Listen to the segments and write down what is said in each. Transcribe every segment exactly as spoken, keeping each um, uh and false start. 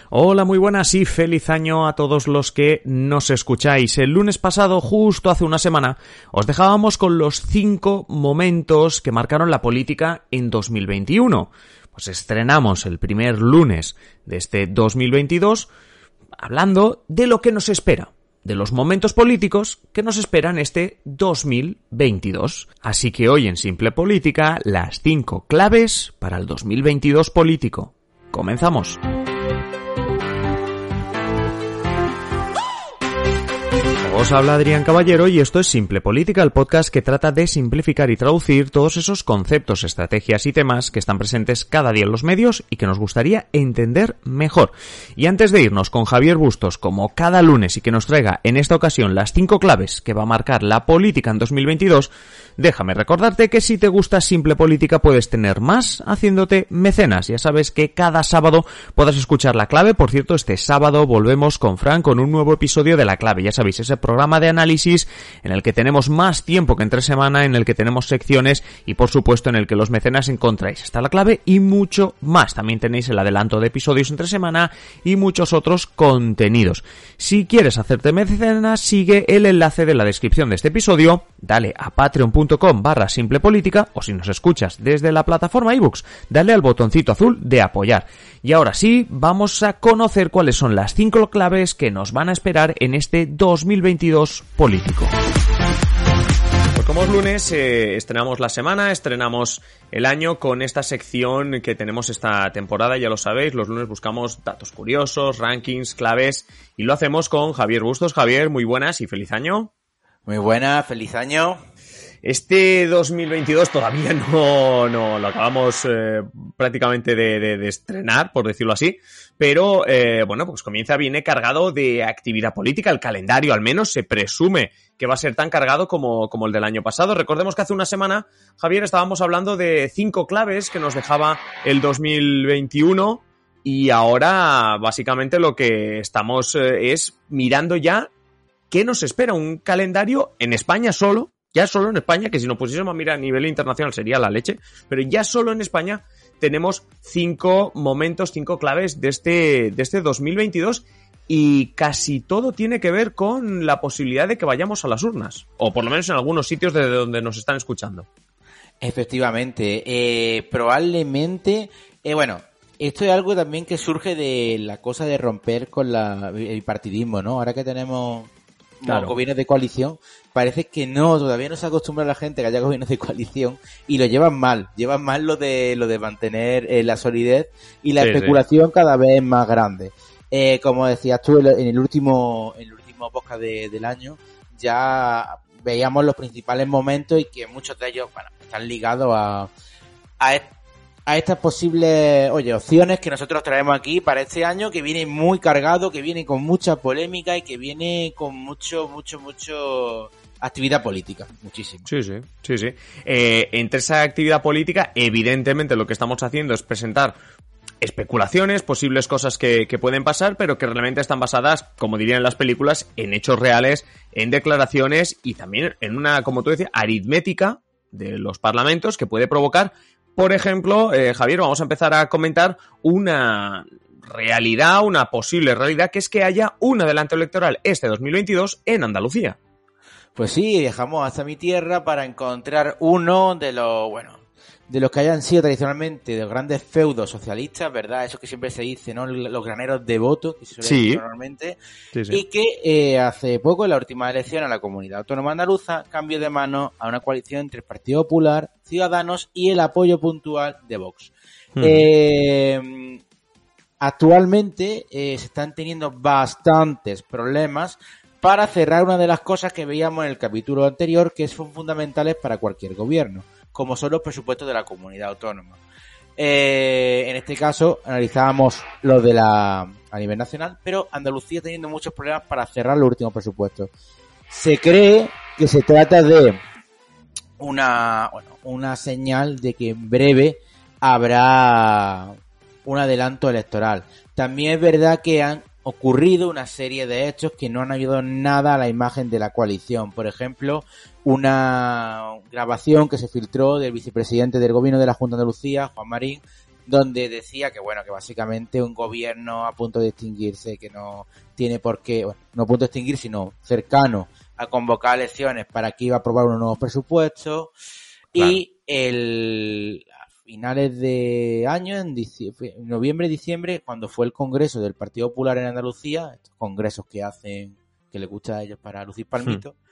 Hola, muy buenas y feliz año a todos los que nos escucháis. El lunes pasado, justo hace una semana, os dejábamos con los cinco momentos que marcaron la política en dos mil veintiuno. Pues estrenamos el primer lunes de este dos mil veintidós hablando de lo que nos espera, de los momentos políticos que nos esperan este dos mil veintidós. Así que hoy en Simple Política, las cinco claves para el dos mil veintidós político. Comenzamos. Os habla Adrián Caballero y esto es Simple Política, el podcast que trata de simplificar y traducir todos esos conceptos, estrategias y temas que están presentes cada día en los medios y que nos gustaría entender mejor. Y antes de irnos con Javier Bustos, como cada lunes, y que nos traiga en esta ocasión las cinco claves que va a marcar la política en dos mil veintidós, déjame recordarte que si te gusta Simple Política puedes tener más haciéndote mecenas. Ya sabes que cada sábado podrás escuchar La Clave. Por cierto, este sábado volvemos con Fran con un nuevo episodio de La Clave. Ya sabéis, ese programa de análisis en el que tenemos más tiempo que entre semana, en el que tenemos secciones y por supuesto en el que los mecenas encontráis Está La Clave y mucho más. También tenéis el adelanto de episodios entre semana y muchos otros contenidos. Si quieres hacerte mecenas, sigue el enlace de la descripción de este episodio, dale a patreon.com barra simplepolítica o si nos escuchas desde la plataforma iVoox, dale al botoncito azul de apoyar. Y ahora sí, vamos a conocer cuáles son las cinco claves que nos van a esperar en este dos mil veintidós político. Pues como es lunes, eh, estrenamos la semana, estrenamos el año con esta sección que tenemos esta temporada, ya lo sabéis, los lunes buscamos datos curiosos, rankings, claves, y lo hacemos con Javier Bustos. Javier, muy buenas y feliz año. Muy buenas, feliz año. Este dos mil veintidós todavía no, no lo acabamos eh, prácticamente de, de, de estrenar, por decirlo así, pero eh, bueno, pues comienza, viene cargado de actividad política. El calendario al menos se presume que va a ser tan cargado como, como el del año pasado. Recordemos que hace una semana, Javier, estábamos hablando de cinco claves que nos dejaba el dos mil veintiuno y ahora básicamente lo que estamos eh, es mirando ya qué nos espera, un calendario en España solo. Ya solo en España, que si nos pusiésemos a mirar a nivel internacional sería la leche, pero ya solo en España tenemos cinco momentos, cinco claves de este, de este dos mil veintidós y casi todo tiene que ver con la posibilidad de que vayamos a las urnas, o por lo menos en algunos sitios desde donde nos están escuchando. Efectivamente, eh, probablemente, eh, bueno, esto es algo también que surge de la cosa de romper con la, el partidismo, ¿no? Ahora que tenemos... Claro. Gobiernos de coalición, parece que no, todavía no se acostumbra a la gente que haya gobiernos de coalición y lo llevan mal, llevan mal lo de lo de mantener eh, la solidez y la sí, especulación sí. cada vez más grande. Eh, como decías tú en el último en el último podcast de, del año, ya veíamos los principales momentos y que muchos de ellos, bueno, están ligados a a a estas posibles, oye, opciones que nosotros traemos aquí para este año, que viene muy cargado, que viene con mucha polémica y que viene con mucho, mucho, mucho actividad política, muchísimo. Sí, sí, sí, sí. Eh, entre esa actividad política, evidentemente lo que estamos haciendo es presentar especulaciones, posibles cosas que, que pueden pasar, pero que realmente están basadas, como dirían en las películas, en hechos reales, en declaraciones y también en una, como tú decías, aritmética de los parlamentos que puede provocar. Por ejemplo, eh, Javier, vamos a empezar a comentar una realidad, una posible realidad, que es que haya un adelanto electoral este dos mil veintidós en Andalucía. Pues sí, viajamos hasta mi tierra para encontrar uno de los, bueno, de los que hayan sido tradicionalmente de los grandes feudos socialistas, ¿verdad? Eso que siempre se dice, ¿no? Los graneros de voto, que se suele sí. decir normalmente. Sí, sí. Y que eh, hace poco, en la última elección a la Comunidad Autónoma Andaluza, cambió de mano a una coalición entre el Partido Popular, Ciudadanos y el apoyo puntual de Vox. Uh-huh. Eh, actualmente eh, se están teniendo bastantes problemas para cerrar una de las cosas que veíamos en el capítulo anterior, que son fundamentales para cualquier gobierno, como son los presupuestos de la comunidad autónoma. Eh, en este caso, analizábamos los de la a nivel nacional, pero Andalucía está teniendo muchos problemas para cerrar los últimos presupuestos. Se cree que se trata de una, bueno, una señal de que en breve habrá un adelanto electoral. También es verdad que han ocurrido una serie de hechos que no han ayudado nada a la imagen de la coalición. Por ejemplo, una grabación que se filtró del vicepresidente del gobierno de la Junta de Andalucía, Juan Marín, donde decía que, bueno, que básicamente un gobierno a punto de extinguirse, que no tiene por qué, bueno, no a punto de extinguir, sino cercano a convocar elecciones para que iba a aprobar unos nuevos presupuestos. Claro. Y el a finales de año, en, diciembre, en noviembre, diciembre, cuando fue el congreso del Partido Popular en Andalucía, estos congresos que hacen, que les gusta a ellos para lucir palmitos, hmm.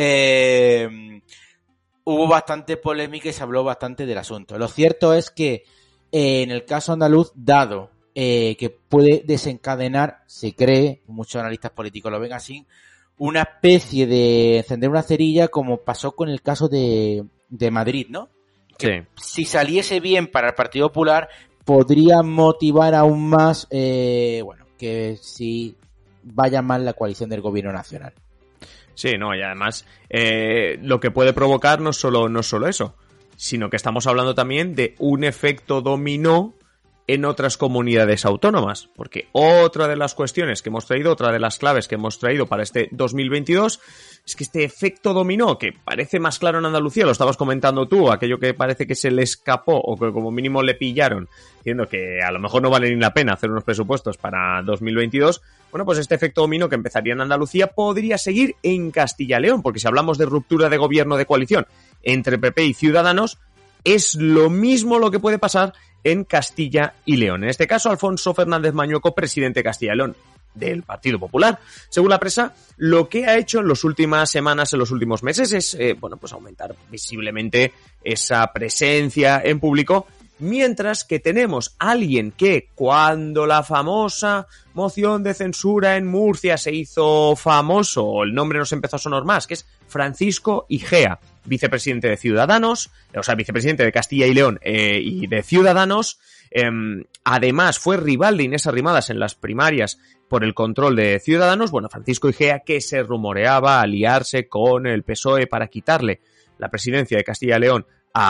eh, hubo bastante polémica y se habló bastante del asunto. Lo cierto es que eh, en el caso andaluz, dado eh, que puede desencadenar, se cree, muchos analistas políticos lo ven así, una especie de encender una cerilla como pasó con el caso de, de Madrid, ¿no? Que sí. Si saliese bien para el Partido Popular, podría motivar aún más, eh, bueno, que si vaya mal la coalición del gobierno nacional. Sí, no, y además eh, lo que puede provocar no es solo, no es solo eso, sino que estamos hablando también de un efecto dominó en otras comunidades autónomas, porque otra de las cuestiones que hemos traído, otra de las claves que hemos traído para este dos mil veintidós, es que este efecto dominó, que parece más claro en Andalucía, lo estabas comentando tú, aquello que parece que se le escapó o que como mínimo le pillaron, diciendo que a lo mejor no vale ni la pena hacer unos presupuestos para dos mil veintidós, bueno, pues este efecto dominó que empezaría en Andalucía podría seguir en Castilla y León, porque si hablamos de ruptura de gobierno de coalición entre P P y Ciudadanos, es lo mismo lo que puede pasar en Castilla y León. En este caso, Alfonso Fernández Mañueco, presidente de Castilla y León del Partido Popular. Según la prensa, lo que ha hecho en las últimas semanas, en los últimos meses, es eh, bueno, pues aumentar visiblemente esa presencia en público, mientras que tenemos a alguien que, cuando la famosa moción de censura en Murcia se hizo famoso, el nombre nos empezó a sonar más, que es Francisco Igea, vicepresidente de Ciudadanos, o sea, vicepresidente de Castilla y León eh, y de Ciudadanos. Eh, además, fue rival de Inés Arrimadas en las primarias por el control de Ciudadanos. Bueno, Francisco Igea, que se rumoreaba aliarse con el P S O E para quitarle la presidencia de Castilla y León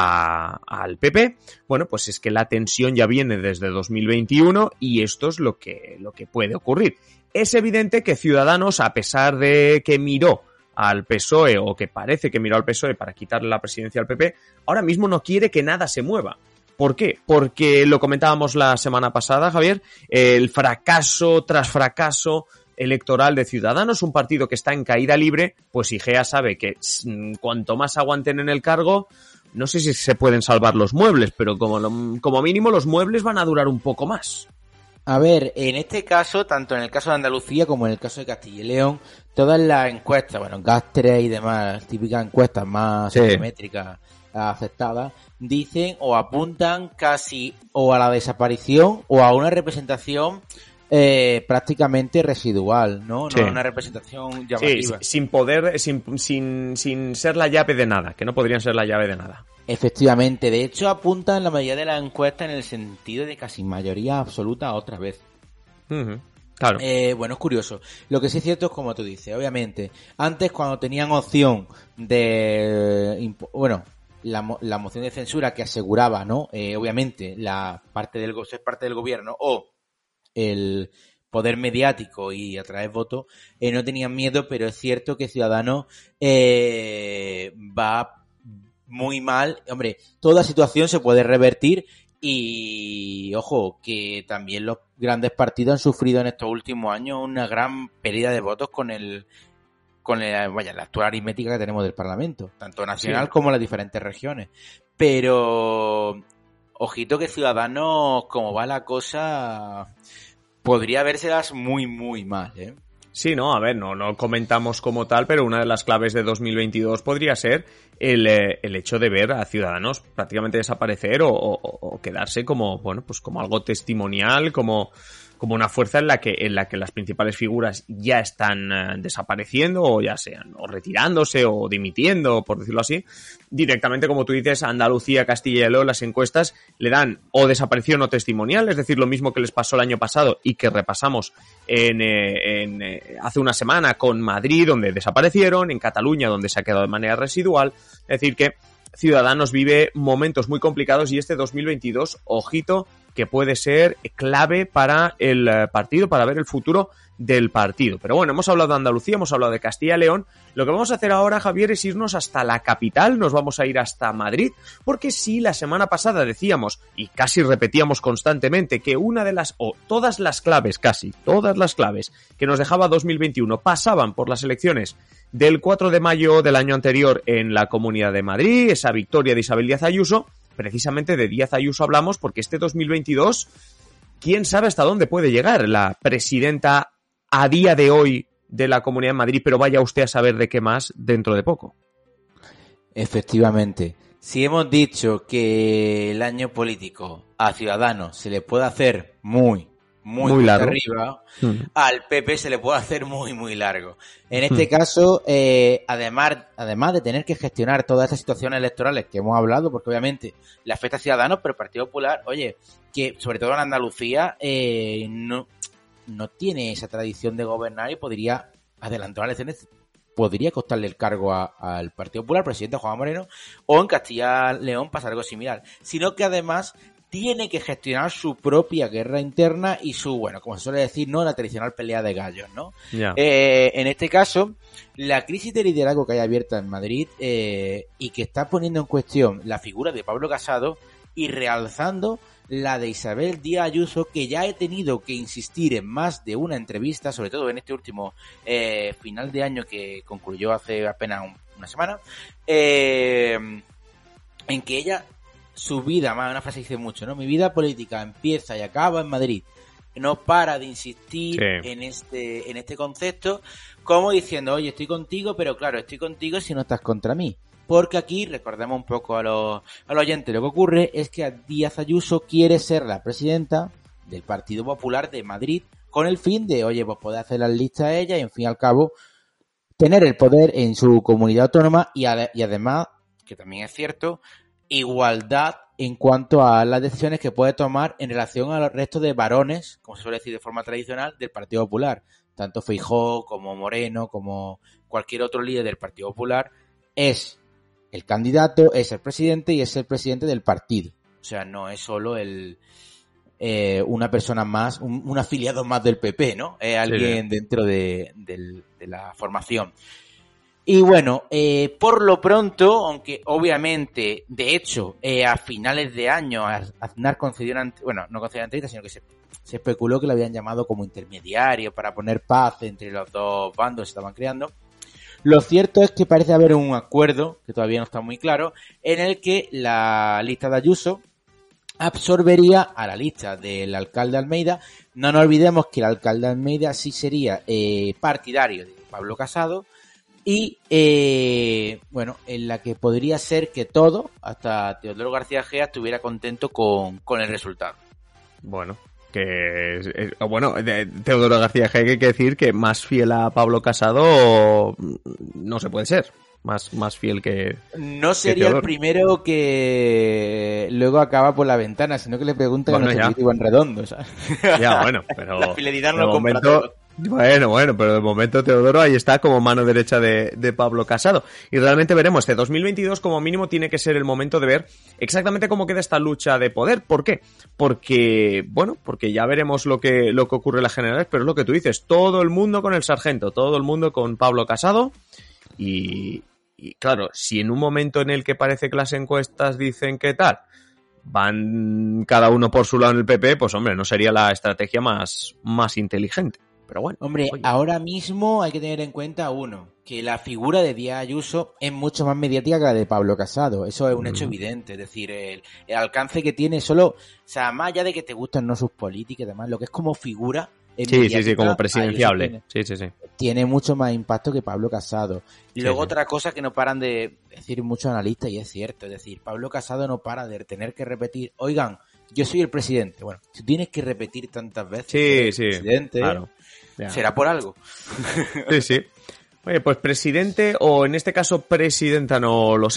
a, al P P. Bueno, pues es que la tensión ya viene desde dos mil veintiuno y esto es lo que, lo que puede ocurrir. Es evidente que Ciudadanos, a pesar de que miró al P S O E, o que parece que miró al P S O E para quitarle la presidencia al P P, ahora mismo no quiere que nada se mueva. ¿Por qué? Porque lo comentábamos la semana pasada, Javier, el fracaso tras fracaso electoral de Ciudadanos, un partido que está en caída libre, pues Igea sabe que cuanto más aguanten en el cargo, no sé si se pueden salvar los muebles, pero como, lo, como mínimo los muebles van a durar un poco más. A ver, en este caso, tanto en el caso de Andalucía como en el caso de Castilla y León, todas las encuestas, bueno, Gastre y demás, típicas encuestas más sí. psicométricas aceptadas, dicen o apuntan casi o a la desaparición o a una representación eh, prácticamente residual, ¿no? Sí. No una representación llamativa. Sí, sin poder, sin, sin, sin ser la llave de nada, que no podrían ser la llave de nada. Efectivamente, de hecho apuntan la mayoría de las encuestas en el sentido de casi mayoría absoluta otra vez. Uh-huh. Claro. Eh, bueno, es curioso. Lo que sí es cierto es como tú dices, obviamente, antes cuando tenían opción de, bueno, la, la moción de censura que aseguraba, ¿no? Eh, obviamente, la parte del, ser parte del gobierno o el poder mediático y atraer votos, eh, no tenían miedo, pero es cierto que Ciudadanos eh, va muy mal. Hombre, toda situación se puede revertir y, ojo, que también los grandes partidos han sufrido en estos últimos años una gran pérdida de votos con el con el, vaya, la actual aritmética que tenemos del Parlamento, tanto nacional sí. como en las diferentes regiones. Pero, ojito que Ciudadanos, como va la cosa, podría vérselas muy, muy mal, ¿eh? Sí, no, a ver, no, no comentamos como tal, pero una de las claves de dos mil veintidós podría ser el, eh, el hecho de ver a Ciudadanos prácticamente desaparecer o, o, o quedarse como, bueno, pues como algo testimonial, como, como una fuerza en la que, en la que las principales figuras ya están eh, desapareciendo o ya sean o retirándose o dimitiendo, por decirlo así. Directamente, como tú dices, Andalucía, Castilla y León, las encuestas le dan o desaparición o testimonial, es decir, lo mismo que les pasó el año pasado y que repasamos en, eh, en eh, hace una semana con Madrid, donde desaparecieron, en Cataluña, donde se ha quedado de manera residual. Es decir, que Ciudadanos vive momentos muy complicados y este dos mil veintidós, ojito, que puede ser clave para el partido, para ver el futuro del partido. Pero bueno, hemos hablado de Andalucía, hemos hablado de Castilla y León. Lo que vamos a hacer ahora, Javier, es irnos hasta la capital, nos vamos a ir hasta Madrid, porque sí, la semana pasada decíamos, y casi repetíamos constantemente, que una de las, o todas las claves, casi, todas las claves que nos dejaba dos mil veintiuno pasaban por las elecciones del cuatro de mayo del año anterior en la Comunidad de Madrid, esa victoria de Isabel Díaz Ayuso. Precisamente de Díaz Ayuso hablamos porque este dos mil veintidós, quién sabe hasta dónde puede llegar la presidenta a día de hoy de la Comunidad de Madrid, pero vaya usted a saber de qué más dentro de poco. Efectivamente. Si hemos dicho que el año político a Ciudadanos se le puede hacer muy, muy, muy largo, arriba, mm. al P P se le puede hacer muy, muy largo. En este mm. caso, eh, además, además de tener que gestionar todas estas situaciones electorales que hemos hablado, porque obviamente le afecta a Ciudadanos, pero el Partido Popular, oye, que sobre todo en Andalucía, eh, no... no tiene esa tradición de gobernar y podría adelantar las elecciones, podría costarle el cargo a, al Partido Popular, presidente Juan Moreno, o en Castilla y León pasa algo similar, sino que además tiene que gestionar su propia guerra interna y su, bueno, como se suele decir, no la tradicional pelea de gallos, ¿no? Yeah. Eh, en este caso, la crisis de liderazgo que hay abierta en Madrid eh, y que está poniendo en cuestión la figura de Pablo Casado y realzando la de Isabel Díaz Ayuso, que ya he tenido que insistir en más de una entrevista, sobre todo en este último eh, final de año que concluyó hace apenas un, una semana, eh, en que ella, su vida, más una frase que dice mucho, ¿no? Mi vida política empieza y acaba en Madrid. No para de insistir sí. en este en este concepto, como diciendo, oye, estoy contigo, pero claro, estoy contigo si no estás contra mí. Porque aquí, recordemos un poco a los, a los oyentes, lo que ocurre es que Díaz Ayuso quiere ser la presidenta del Partido Popular de Madrid con el fin de, oye, pues poder hacer las listas a ella y, en fin y al cabo, tener el poder en su comunidad autónoma y, ade- y además, que también es cierto, igualdad en cuanto a las decisiones que puede tomar en relación a los restos de varones, como se suele decir de forma tradicional, del Partido Popular. Tanto Feijóo como Moreno, como cualquier otro líder del Partido Popular, es el candidato, es el presidente y es el presidente del partido. O sea, no es solo el eh, una persona más, un, un afiliado más del P P, ¿no? Es alguien sí. dentro de, de, de la formación. Y bueno, eh, por lo pronto, aunque obviamente, de hecho, eh, a finales de año Aznar concedió una, bueno, no concedió una entrevista, sino que se, se especuló que lo habían llamado como intermediario para poner paz entre los dos bandos que se estaban creando. Lo cierto es que parece haber un acuerdo, que todavía no está muy claro, en el que la lista de Ayuso absorbería a la lista del alcalde Almeida. No nos olvidemos que el alcalde Almeida sí sería eh, partidario de Pablo Casado y, eh, bueno, en la que podría ser que todo, hasta Teodoro García Gea, estuviera contento con, con el resultado. Bueno. Que es, es, bueno, de Teodoro García Gea hay que decir que más fiel a Pablo Casado no se puede ser. Más, más fiel que no sería que el primero que luego acaba por la ventana, sino que le preguntan bueno, en el en redondo, ¿sabes? Ya, bueno, pero la fidelidad no compra todo. Bueno, bueno, pero de momento Teodoro ahí está como mano derecha de, de Pablo Casado. Y realmente veremos, este dos mil veintidós como mínimo tiene que ser el momento de ver exactamente cómo queda esta lucha de poder. ¿Por qué? Porque, bueno, porque ya veremos lo que, lo que ocurre en las generales, pero es lo que tú dices, todo el mundo con el sargento, todo el mundo con Pablo Casado y, y claro, si en un momento en el que parece que las encuestas dicen que tal, van cada uno por su lado en el P P, pues hombre, no sería la estrategia más, más inteligente. Pero bueno. Hombre, oye. Ahora mismo hay que tener en cuenta, uno, que la figura de Díaz Ayuso es mucho más mediática que la de Pablo Casado. Eso es un mm. hecho evidente. Es decir, el, el alcance que tiene solo, o sea, más allá de que te gustan no sus políticas y demás, lo que es como figura. Es sí, sí, sí, como presidenciable. Tiene, sí, sí, sí. Tiene mucho más impacto que Pablo Casado. Y luego sí, otra sí. cosa que no paran de decir muchos analistas, y es cierto, es decir, Pablo Casado no para de tener que repetir, oigan, yo soy el presidente. Bueno, si tienes que repetir tantas veces sí, sí, presidente, claro. Ya. Será por algo. Sí, sí. Oye, pues presidente o en este caso presidenta no lo sé,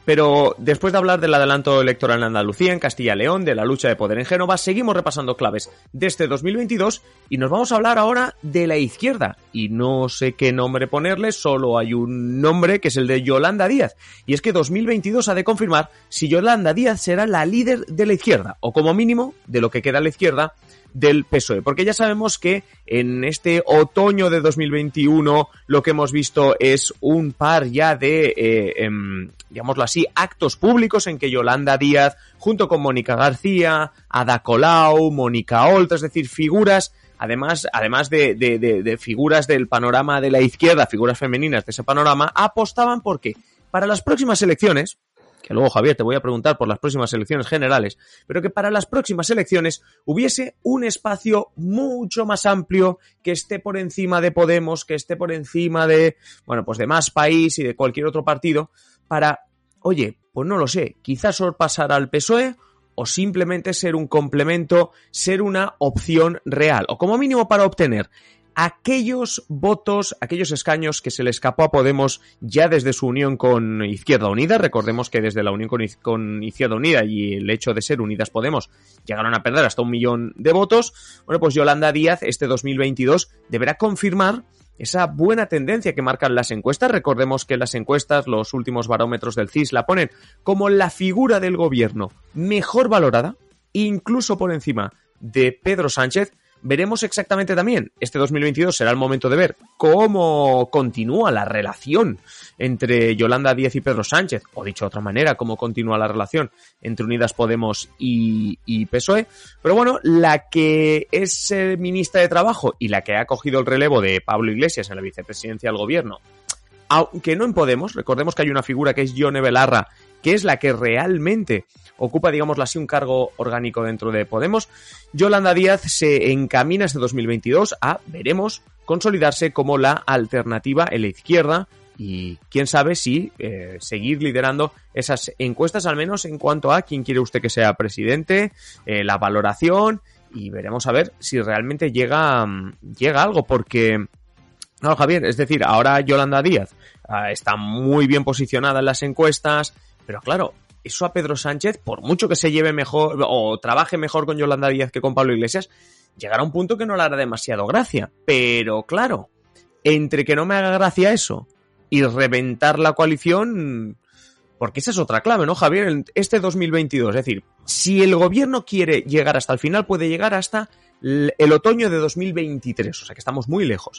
Pero después de hablar del adelanto electoral en Andalucía, en Castilla y León, de la lucha de poder en Génova, seguimos repasando claves de este dos mil veintidós y nos vamos a hablar ahora de la izquierda. Y no sé qué nombre ponerle, solo hay un nombre que es el de Yolanda Díaz. Y es que dos mil veintidós ha de confirmar si Yolanda Díaz será la líder de la izquierda, o como mínimo de lo que queda a la izquierda del P S O E, porque ya sabemos que en este otoño de dos mil veintiuno lo que hemos visto es un par ya de, eh, eh, digámoslo así, actos públicos en que Yolanda Díaz, junto con Mónica García, Ada Colau, Mónica Oltra, es decir, figuras, además, además de, de, de, de figuras del panorama de la izquierda, figuras femeninas de ese panorama, apostaban porque para las próximas elecciones, que luego, Javier, te voy a preguntar por las próximas elecciones generales, pero que para las próximas elecciones hubiese un espacio mucho más amplio que esté por encima de Podemos, que esté por encima de, bueno, pues de Más País y de cualquier otro partido, para, oye, pues no lo sé, quizás sorpasar al P S O E o simplemente ser un complemento, ser una opción real, o como mínimo para obtener aquellos votos, aquellos escaños que se le escapó a Podemos ya desde su unión con Izquierda Unida. Recordemos que desde la unión con, con Izquierda Unida y el hecho de ser Unidas Podemos llegaron a perder hasta un millón de votos. Bueno, pues Yolanda Díaz este dos mil veintidós deberá confirmar esa buena tendencia que marcan las encuestas. Recordemos que las encuestas, los últimos barómetros del C I S la ponen como la figura del gobierno mejor valorada, incluso por encima de Pedro Sánchez. Veremos exactamente también, este dos mil veintidós será el momento de ver cómo continúa la relación entre Yolanda Díaz y Pedro Sánchez, o dicho de otra manera, cómo continúa la relación entre Unidas Podemos y, y P S O E. Pero bueno, la que es eh, ministra de Trabajo y la que ha cogido el relevo de Pablo Iglesias en la vicepresidencia del gobierno, aunque no en Podemos, recordemos que hay una figura que es Yone Belarra, que es la que realmente ocupa, digámoslo así, un cargo orgánico dentro de Podemos. Yolanda Díaz se encamina este dos mil veintidós a, veremos, consolidarse como la alternativa en la izquierda y quién sabe si eh, seguir liderando esas encuestas, al menos en cuanto a quién quiere usted que sea presidente, eh, la valoración, y veremos a ver si realmente llega, llega algo, porque... No, Javier, es decir, ahora Yolanda Díaz uh, está muy bien posicionada en las encuestas, pero claro, eso a Pedro Sánchez, por mucho que se lleve mejor o trabaje mejor con Yolanda Díaz que con Pablo Iglesias, llegará a un punto que no le hará demasiado gracia. Pero claro, entre que no me haga gracia eso y reventar la coalición, porque esa es otra clave, ¿no, Javier? Este dos mil veintidós, es decir, si el gobierno quiere llegar hasta el final, puede llegar hasta el otoño de dos mil veintitrés, o sea que estamos muy lejos.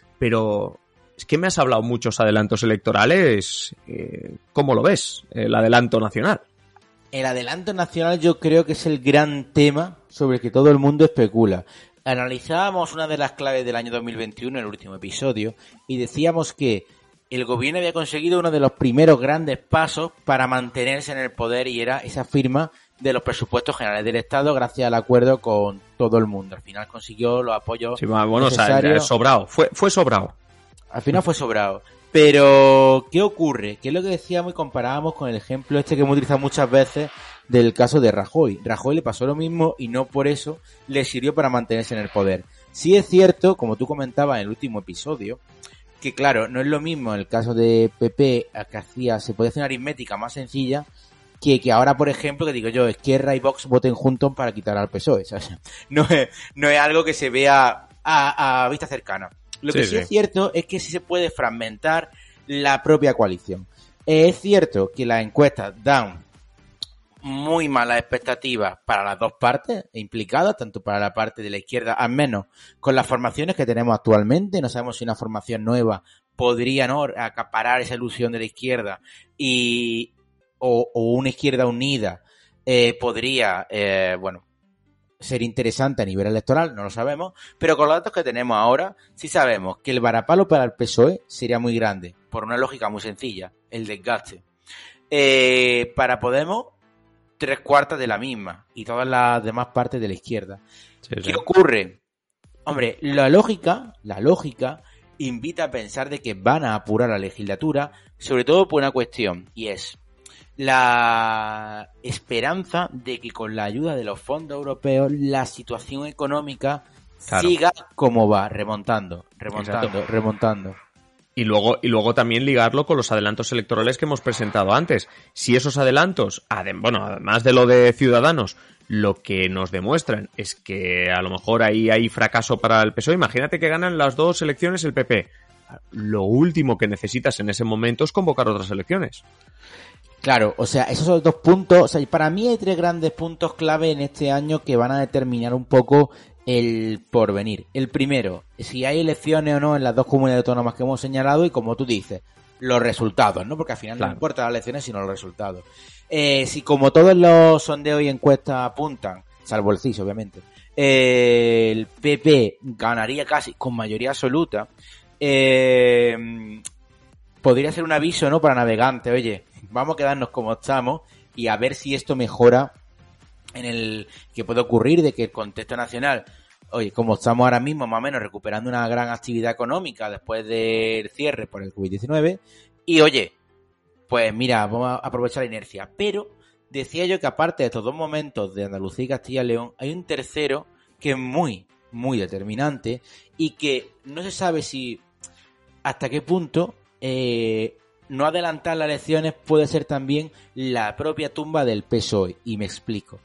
Pero es que me has hablado muchos adelantos electorales. Eh, ¿Cómo lo ves, el adelanto nacional? El adelanto nacional yo creo que es el gran tema sobre el que todo el mundo especula. Analizábamos una de las claves del año dos mil veintiuno en el último episodio y decíamos que el gobierno había conseguido uno de los primeros grandes pasos para mantenerse en el poder y era esa firma de los presupuestos generales del Estado gracias al acuerdo con todo el mundo. Al final consiguió los apoyos sí, bueno, necesarios. O sea, sobrado, fue, fue sobrado. Al final fue sobrado. Pero, ¿qué ocurre? ¿Qué es lo que decíamos y comparábamos con el ejemplo este que hemos utilizado muchas veces del caso de Rajoy? Rajoy le pasó lo mismo y no por eso le sirvió para mantenerse en el poder. Sí es cierto, como tú comentabas en el último episodio, que claro, no es lo mismo en el caso de P P, que hacía, se podía hacer una aritmética más sencilla, que, que ahora, por ejemplo, que digo yo, Esquerra y Vox voten juntos para quitar al P S O E. ¿Sabes? No es, no es algo que se vea a, a vista cercana. Lo que sí, sí es cierto es que sí se puede fragmentar la propia coalición. Es cierto que las encuestas dan muy malas expectativas para las dos partes implicadas, tanto para la parte de la izquierda, al menos con las formaciones que tenemos actualmente. No sabemos si una formación nueva podría, ¿no?, acaparar esa ilusión de la izquierda y o, o una izquierda unida eh, podría, eh, bueno, ser interesante a nivel electoral, no lo sabemos, pero con los datos que tenemos ahora, sí sabemos que el varapalo para el P S O E sería muy grande, por una lógica muy sencilla, el desgaste. Eh, para Podemos, tres cuartas de la misma, y todas las demás partes de la izquierda. Sí, ¿Qué sí. ocurre? Hombre, la lógica, la lógica invita a pensar de que van a apurar la legislatura, sobre todo por una cuestión, y es la esperanza de que con la ayuda de los fondos europeos la situación económica claro. siga como va, remontando, remontando, Exacto. remontando. Y luego, y luego también ligarlo con los adelantos electorales que hemos presentado antes. Si esos adelantos, adem- bueno, además de lo de Ciudadanos, lo que nos demuestran es que a lo mejor ahí hay fracaso para el P S O E. Imagínate que ganan las dos elecciones el P P. Lo último que necesitas en ese momento es convocar otras elecciones. Claro, o sea, esos son dos puntos. O sea, para mí hay tres grandes puntos clave en este año que van a determinar un poco el porvenir. El primero, si hay elecciones o no en las dos comunidades autónomas que hemos señalado y, como tú dices, los resultados, ¿no? Porque al final claro. no importa las elecciones sino los resultados. Eh, si como todos los sondeos y encuestas apuntan, salvo el C I S obviamente, eh, el P P ganaría casi con mayoría absoluta, eh, podría ser un aviso, ¿no? Para navegantes, oye, vamos a quedarnos como estamos y a ver si esto mejora en el que puede ocurrir de que el contexto nacional, oye, como estamos ahora mismo más o menos recuperando una gran actividad económica después del cierre por el covid diecinueve, y oye, pues mira, vamos a aprovechar la inercia. Pero decía yo que aparte de estos dos momentos de Andalucía y Castilla y León, hay un tercero que es muy, muy determinante y que no se sabe si hasta qué punto eh, no adelantar las elecciones puede ser también la propia tumba del P S O E. Y me explico.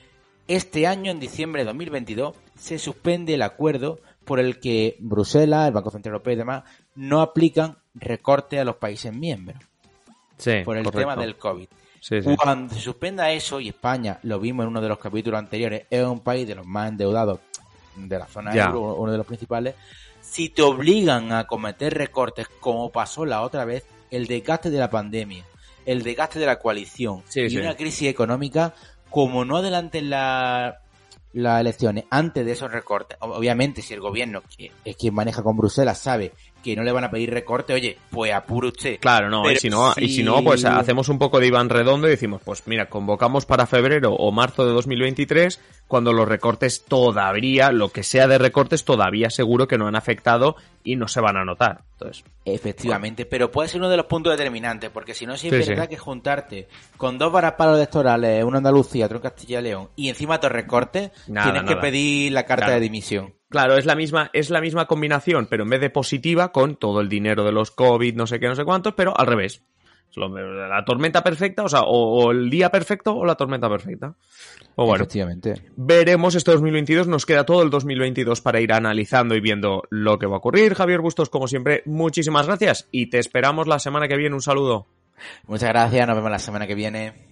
Este año, en diciembre de dos mil veintidós, se suspende el acuerdo por el que Bruselas, el Banco Central Europeo y demás no aplican recortes a los países miembros. Sí, por el correcto. tema del COVID. Sí, sí. Cuando se suspenda eso, y España, lo vimos en uno de los capítulos anteriores, es un país de los más endeudados de la zona Ya. euro, uno de los principales, si te obligan a cometer recortes, como pasó la otra vez, el desgaste de la pandemia, el desgaste de la coalición Sí, y sí. una crisis económica, como no adelanten la, las elecciones antes de esos recortes, obviamente si el gobierno, que es quien maneja con Bruselas, sabe que no le van a pedir recorte, oye, pues apure usted. Claro, no, Pero y si no, si... y si no, pues hacemos un poco de Iván Redondo y decimos, pues mira, convocamos para febrero o marzo de dos mil veintitrés, cuando los recortes todavía, lo que sea de recortes, todavía seguro que no han afectado y no se van a notar. Entonces, efectivamente, bueno. Pero puede ser uno de los puntos determinantes, porque si no, si es Sí, verdad sí. que juntarte con dos varapalos electorales, uno en Andalucía, otro en Castilla y León, y encima te recortes, Nada, tienes nada. que pedir la carta Claro. de dimisión. Claro, es la misma, es la misma combinación, pero en vez de positiva, con todo el dinero de los COVID, no sé qué, no sé cuántos, pero al revés. Es lo- La tormenta perfecta, o sea, o, o el día perfecto o la tormenta perfecta. O bueno, Efectivamente. veremos este dos mil veintidós, nos queda todo el dos mil veintidós para ir analizando y viendo lo que va a ocurrir. Javier Bustos, como siempre, muchísimas gracias y te esperamos la semana que viene. Un saludo. Muchas gracias, nos vemos la semana que viene.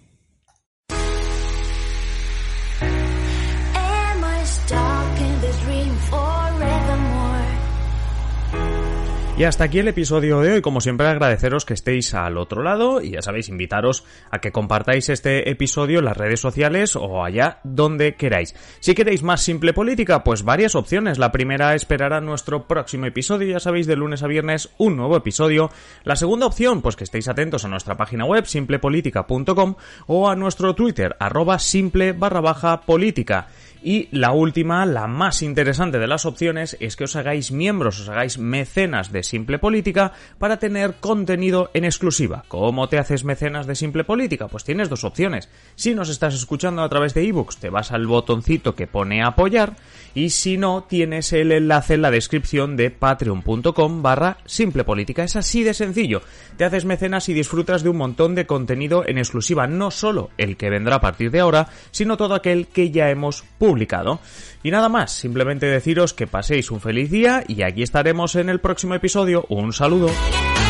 Am I stuck in this dream forevermore? Y hasta aquí el episodio de hoy. Como siempre, agradeceros que estéis al otro lado y ya sabéis, invitaros a que compartáis este episodio en las redes sociales o allá donde queráis. Si queréis más Simple Política, pues varias opciones. La primera, esperar a nuestro próximo episodio, ya sabéis, de lunes a viernes un nuevo episodio. La segunda opción, pues que estéis atentos a nuestra página web simple política punto com o a nuestro Twitter, arroba simple barra baja política. Y la última, la más interesante de las opciones, es que os hagáis miembros, os hagáis mecenas de Simple Política para tener contenido en exclusiva. ¿Cómo te haces mecenas de Simple Política? Pues tienes dos opciones. Si nos estás escuchando a través de iVoox, te vas al botoncito que pone apoyar, y si no, tienes el enlace en la descripción de patreon punto com barra Simple Política. Es así de sencillo. Te haces mecenas y disfrutas de un montón de contenido en exclusiva, no solo el que vendrá a partir de ahora, sino todo aquel que ya hemos publicado. Y nada más, simplemente deciros que paséis un feliz día y aquí estaremos en el próximo episodio. Un saludo.